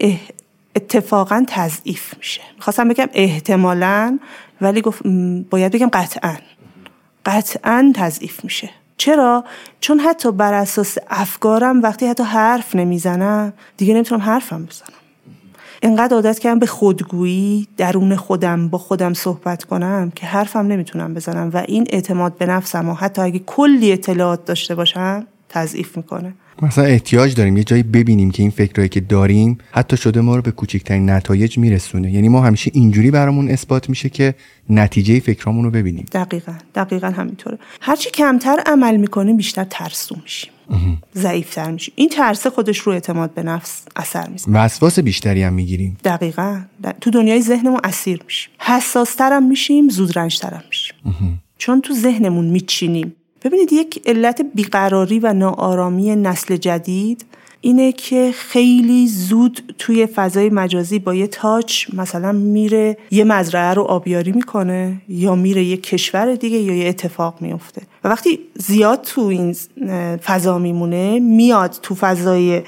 اتفاقا تضعیف میشه. میخواستم بگم احتمالاً، ولی باید بگم قطعاً تضعیف میشه. چرا؟ چون حتی بر اساس افکارم وقتی حتی حرف نمیزنم دیگه نمیتونم حرفم بزنم. اینقدر عادت کردم به خودگویی، درون خودم با خودم صحبت کنم که حرفم نمیتونم بزنم و این اعتماد به نفسم و حتی اگه کلی اطلاعات داشته باشم تضعیف میکنه. مثلا احتیاج داریم یه جایی ببینیم که این فکرایی که داریم حتی شده ما رو به کوچکترین نتایج میرسونه. یعنی ما همیشه اینجوری برامون اثبات میشه که نتیجه فکرامون رو ببینیم. دقیقاً همینطوره. هرچی کمتر عمل میکنیم بیشتر ترسو میشیم، ضعیف‌تر میشیم. این ترس خودش رو اعتماد به نفس اثر میذاره. وسواس بیشتری هم میگیریم. دقیقاً تو دنیای ذهنمون اسیر میشیم. حساس‌ترم میشیم، زودرنج‌ترم میشیم. چون تو ذهنمون میچینیم. ببینید یک علت بیقراری و ناآرامی نسل جدید اینه که خیلی زود توی فضای مجازی با یه تاچ مثلا میره یه مزرعه رو آبیاری میکنه یا میره یه کشور دیگه یا یه اتفاق میفته و وقتی زیاد تو این فضا میمونه میاد تو فضای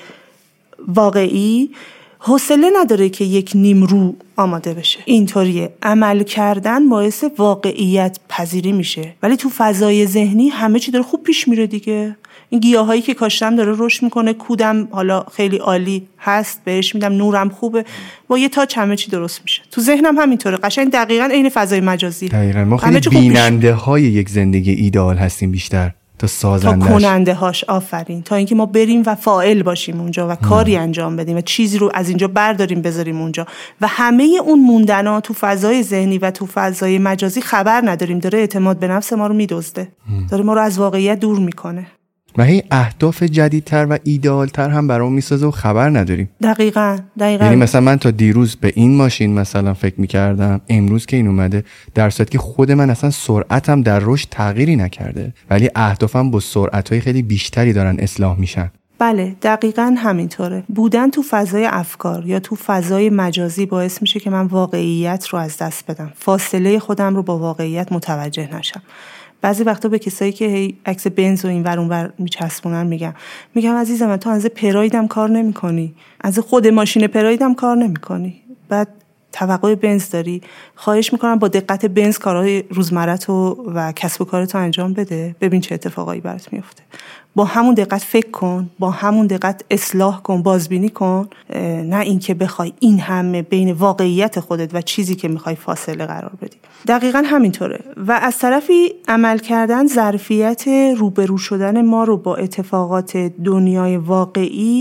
واقعی حوصله نداره که یک نیمرو آماده بشه. اینطوریه. عمل کردن باعث واقعیت پذیری میشه ولی تو فضای ذهنی همه چی داره خوب پیش میره دیگه. این گیاهایی که کاشتم داره رشد میکنه، کودم حالا خیلی عالی هست بهش میدم، نورم خوبه، با یه تاچ همه چی درست میشه. تو ذهنم همینطوره. قشنگ دقیقاً عین فضای مجازی. دقیقاً ما خیلی بیننده های یک زندگی ایدئال هستیم بیشتر تا سازندش، تا کننده هاش. آفرین. تا اینکه ما بریم و فاعل باشیم اونجا و کاری انجام بدیم و چیزی رو از اینجا برداریم بذاریم اونجا و همه اون موندنا تو فضای ذهنی و تو فضای مجازی خبر نداریم. داره اعتماد به نفس ما رو میدزده، داره ما رو از واقعیت دور میکنه و هی اهداف جدیدتر و ایدئالتر هم برامون میسازه و خبر نداریم. دقیقاً. یعنی مثلا من تا دیروز به این ماشین مثلا فکر میکردم، امروز که این اومده، در صورتی که خود من اصلا سرعتم در رشد تغییری نکرده ولی اهدافم با سرعت‌های خیلی بیشتری دارن اصلاح میشن. بله دقیقاً همینطوره. بودن تو فضای افکار یا تو فضای مجازی باعث میشه که من واقعیت رو از دست بدم، فاصله خودم رو با واقعیت متوجه نشم. بعضی وقتا به کسایی که عکس بنز و این ور اون ور میچسبونن میگم عزیزم من تو از پرایدم کار نمی‌کنی، از خود ماشین پرایدم کار نمی‌کنی، بعد توقع بنز داری، خواهش میکنم با دقت بنز کارهای روزمره‌تو و کسب و کارتو انجام بده، ببین چه اتفاقایی برات میفته. با همون دقت فکر کن، با همون دقت اصلاح کن، بازبینی کن، نه اینکه بخوای این همه بین واقعیت خودت و چیزی که میخوای فاصله قرار بدی. دقیقاً همینطوره. و از طرفی عمل کردن ظرفیت روبرو شدن ما رو با اتفاقات دنیای واقعی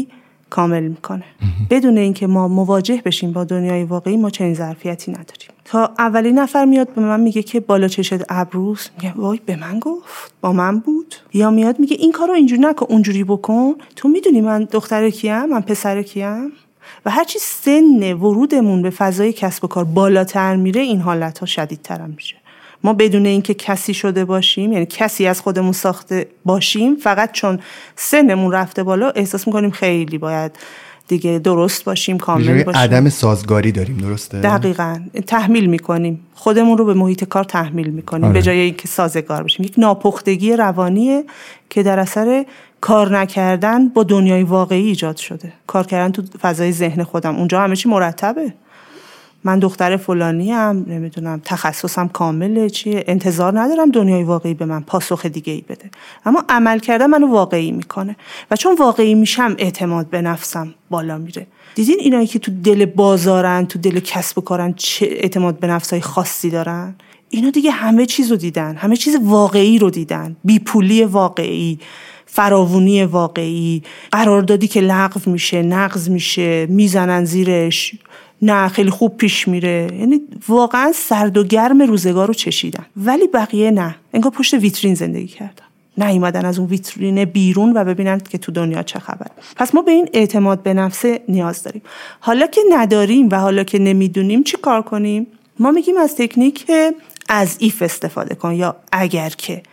کامل میکنه. بدون اینکه ما مواجه بشیم با دنیای واقعی ما چنین ظرفیتی نداریم. تا اولین نفر میاد به من میگه که بالا چشت ابروست، میگم وای به من گفت، با من بود. یا میاد میگه این کارو اینجوری نکن اونجوری بکن. تو میدونی من دختر کیم، من پسر کیم؟ و هرچی سن ورودمون به فضای کسب و کار بالاتر میره این حالت‌ها شدیدتر میشه. ما بدون اینکه کسی شده باشیم، یعنی کسی از خودمون ساخته باشیم، فقط چون سنمون رفته بالا احساس میکنیم خیلی باید دیگه درست باشیم، کامل باشیم. عدم سازگاری داریم، درسته؟ دقیقاً. تحمیل میکنیم خودمون رو به محیط کار، تحمیل میکنیم به جای اینکه سازگار باشیم. یک ناپختگی روانیه که در اثر کار نکردن با دنیای واقعی ایجاد شده. کار کردن تو فضای ذهن خودم، اونجا همه چی مرتبه. من دختر فلانی ام، نمیدونم تخصصم کامله چیه، انتظار ندارم دنیای واقعی به من پاسخ دیگه ای بده. اما عمل کردن منو واقعی میکنه و چون واقعی میشم اعتماد به نفسم بالا میره. دیدین اینایی که تو دل بازارن، تو دل کسب و کارن، چه اعتماد به نفسای خاصی دارن؟ اینا دیگه همه چیزو دیدن، همه چیز واقعی رو دیدن. بیپولی واقعی، فراوونی واقعی، قراردادی که لغو میشه، نقض میشه، میزنن زیرش، نه خیلی خوب پیش میره. یعنی واقعا سرد و گرم روزگار رو چشیدن. ولی بقیه نه، انگار پشت ویترین زندگی کردن، نیومدن از اون ویترین بیرون و ببینن که تو دنیا چه خبره. پس ما به این اعتماد به نفس نیاز داریم. حالا که نداریم و حالا که نمیدونیم چی کار کنیم، ما میگیم از تکنیک از ایف استفاده کن، یا اگر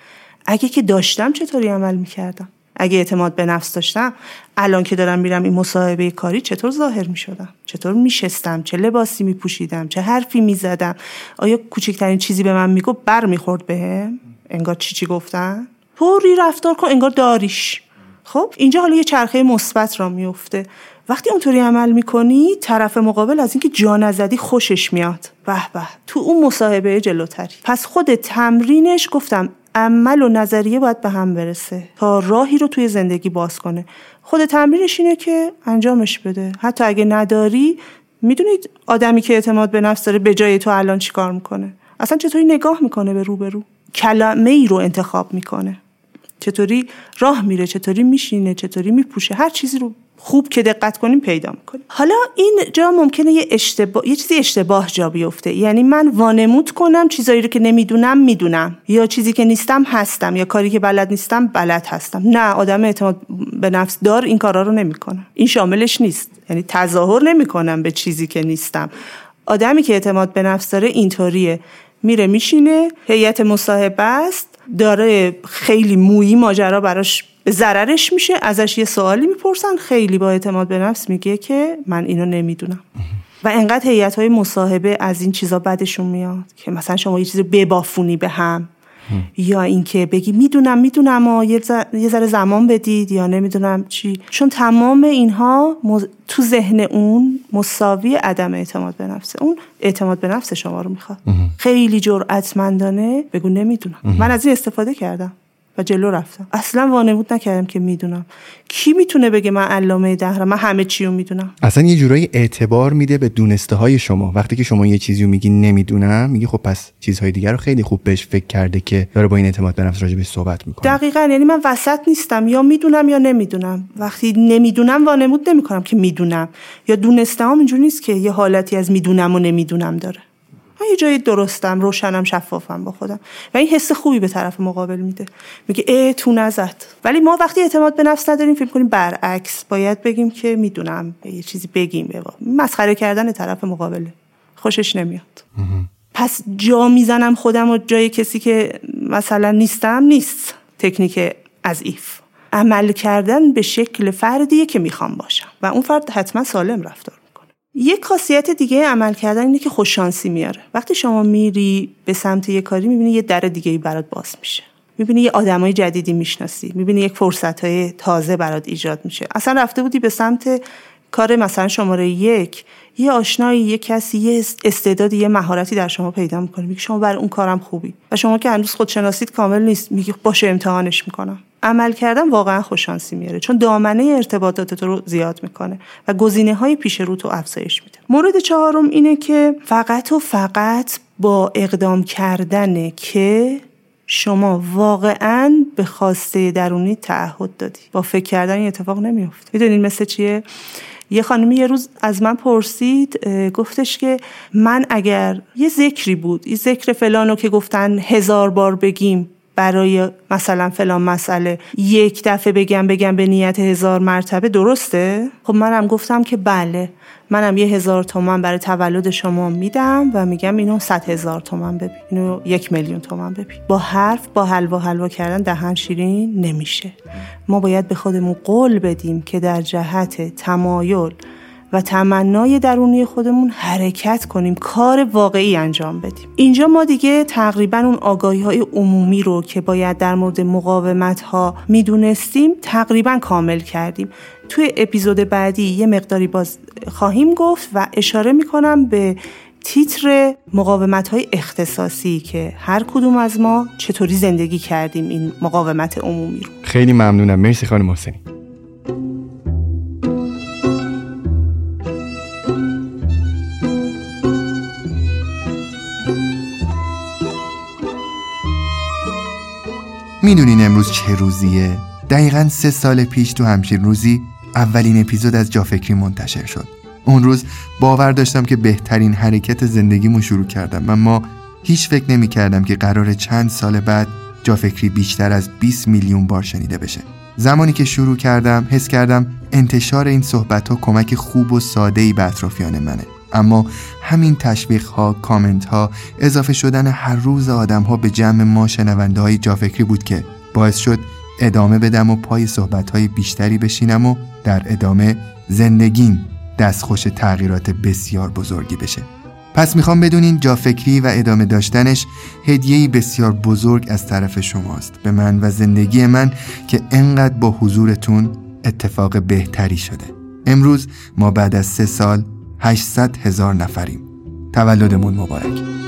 که داشتم چطوری عمل میکردم. اگه اعتماد به نفس داشتم الان که دارم میرم این مصاحبه کاری چطور ظاهر میشدم، چطور میشستم، چه لباسی میپوشیدم، چه حرفی میزدم، آیا کوچکترین چیزی به من میگفت بر میخورد بهم، انگار چی گفتن، طوری رفتار کن انگار داریش. خب اینجا حالا یه چرخه مثبت را میفته. وقتی اونطوری عمل میکنی طرف مقابل از اینکه جا نزدی خوشش میاد، به به تو اون مصاحبه جلوتری. پس خود تمرینش گفتم عمل و نظریه باید به هم برسه تا راهی رو توی زندگی باز کنه. خود تمرینش اینه که انجامش بده. حتی اگه نداری، میدونید آدمی که اعتماد به نفس داره به جای تو الان چی کار میکنه؟ اصلا چطوری نگاه میکنه به روبرو، کلمه ای رو انتخاب میکنه، چطوری راه میره، چطوری میشینه، چطوری میپوشه، هر چیزی رو خوب که دقت کنیم پیدا میکنیم. حالا این جا ممکنه یه چیزی اشتباه جا بیفته. یعنی من وانمود کنم چیزایی رو که نمیدونم میدونم، یا چیزی که نیستم هستم، یا کاری که بلد نیستم بلد هستم. نه، آدم اعتماد به نفس دار این کارا رو نمیکنه. این شاملش نیست. یعنی تظاهر نمیکنم به چیزی که نیستم. آدمی که اعتماد به نفس داره اینطوریه، میره میشینه، هیئت مصاحبه است، داره خیلی مویی ماجرا براش به ضررش میشه، ازش یه سوالی میپرسن، خیلی با اعتماد به نفس میگه که من اینو نمیدونم. و انقدر هیئت‌های مصاحبه از این چیزا بدشون میاد که مثلا شما یه چیزی ببافونی به هم، یا اینکه بگی میدونم و یه ذره زمان بدید، یا نمیدونم چی، چون تمام اینها تو ذهن اون مساوی عدم اعتماد به نفسه. اون اعتماد به نفس شما رو میخواد. خیلی جرأتمندانه بگو نمیدونم. من از این استفاده کردم و جلو رفتم. اصلا وانمود نکردم که میدونم. کی میتونه بگه من علامه دهرم، من همه چی رو میدونم؟ اصلا یه جورایی اعتبار میده به دونسته های شما. وقتی که شما یه چیزی رو میگی نمیدونم، میگی خب پس چیزهای دیگر رو خیلی خوب بهش فکر کرده که داره با این اعتماد به نفس راجع بهش صحبت میکنه. دقیقاً. یعنی من وسط نیستم، یا میدونم یا نمیدونم. وقتی نمیدونم وانمود نمیکنم که میدونم، یا دونسته‌ام اینجوری نیست که یه حالتی از میدونم و نمیدونم داره. من یه جایی درستم، روشنم، شفافم با خودم و این حس خوبی به طرف مقابل میده. میگه تو نزد. ولی ما وقتی اعتماد به نفس نداریم فکر کنیم برعکس، باید بگیم که میدونم، یه چیزی بگیم. مسخره کردن طرف مقابله، خوشش نمیاد. پس جا میزنم خودم و جای کسی که مثلا نیست. تکنیک از ایف عمل کردن به شکل فردیه که میخوام باشم و اون فرد حتما سالم رفتار. یک خاصیت دیگه عمل کردن اینه که خوششانسی میاره. وقتی شما میری به سمت یه کاری، میبینی یه در دیگه‌ای برات باز میشه، میبینی یه آدمای جدیدی میشناسی، میبینی یک فرصت‌های تازه برات ایجاد میشه. اصلا رفته بودی به سمت کار مثلا شماره 1، یه آشنایی، یه کسی، یه استعدادی، یه مهارتی در شما پیدا میکنه، میگه شما برای اون کارم خوبی و شما که هنوز خودشناسیت کامل نیست، میگی باشه امتحانش میکنم. عمل کردن واقعا خوششانسی میاره، چون دامنه ارتباطات رو زیاد میکنه و گزینه‌های پیش رو تو افزایش میده. مورد 4 اینه که فقط با اقدام کردنه که شما واقعاً به خواسته درونی تعهد دادی. با فکر کردن این اتفاق نمیفته. میدونین مثل چیه؟ یه خانمی یه روز از من پرسید، گفتش که من اگر یه ذکری بود، یه ذکر فلانو که گفتن 1000 بار بگیم برای مثلا فلان مسئله، یک دفعه بگم به نیت 1000 مرتبه، درسته؟ خب منم گفتم که بله، منم 1000 تومان برای تولد شما میدم و میگم اینو 100,000 تومان ببین، اینو 1,000,000 تومان ببین. با حرف، با حلوا کردن دهن شیرین نمیشه. ما باید به خودمون قول بدیم که در جهت تمایل و تمنای درونی خودمون حرکت کنیم، کار واقعی انجام بدیم. اینجا ما دیگه تقریبا اون آگاهی‌های عمومی رو که باید در مورد مقاومت‌ها میدونستیم تقریبا کامل کردیم. توی اپیزود بعدی یه مقداری باز خواهیم گفت و اشاره میکنم به تیتر مقاومت‌های اختصاصی که هر کدوم از ما چطوری زندگی کردیم این مقاومت عمومی رو. خیلی ممنونم. مرسی خانم محسنی. میدونین امروز چه روزیه؟ دقیقاً 3 سال پیش تو همچین روزی اولین اپیزود از جافکری منتشر شد. اون روز باور داشتم که بهترین حرکت زندگیمو شروع کردم، اما هیچ فکر نمی کردم که قراره چند سال بعد جافکری بیشتر از 20 میلیون بار شنیده بشه. زمانی که شروع کردم حس کردم انتشار این صحبت‌ها کمک خوب و ساده‌ای به اطرافیان منه، اما همین تشویق‌ها، کامنت‌ها، اضافه شدن هر روز آدم‌ها به جمع ما شنونده‌های جافکری بود که باعث شد ادامه بدم و پای صحبت‌های بیشتری بشینم و در ادامه زندگیم دستخوش تغییرات بسیار بزرگی بشه. پس میخوام بدونین جافکری و ادامه داشتنش هدیه‌ای بسیار بزرگ از طرف شماست به من و زندگی من که انقدر با حضورتون اتفاق بهتری شده. امروز ما بعد از 3 سال 800,000 نفریم. تولدمون مبارک.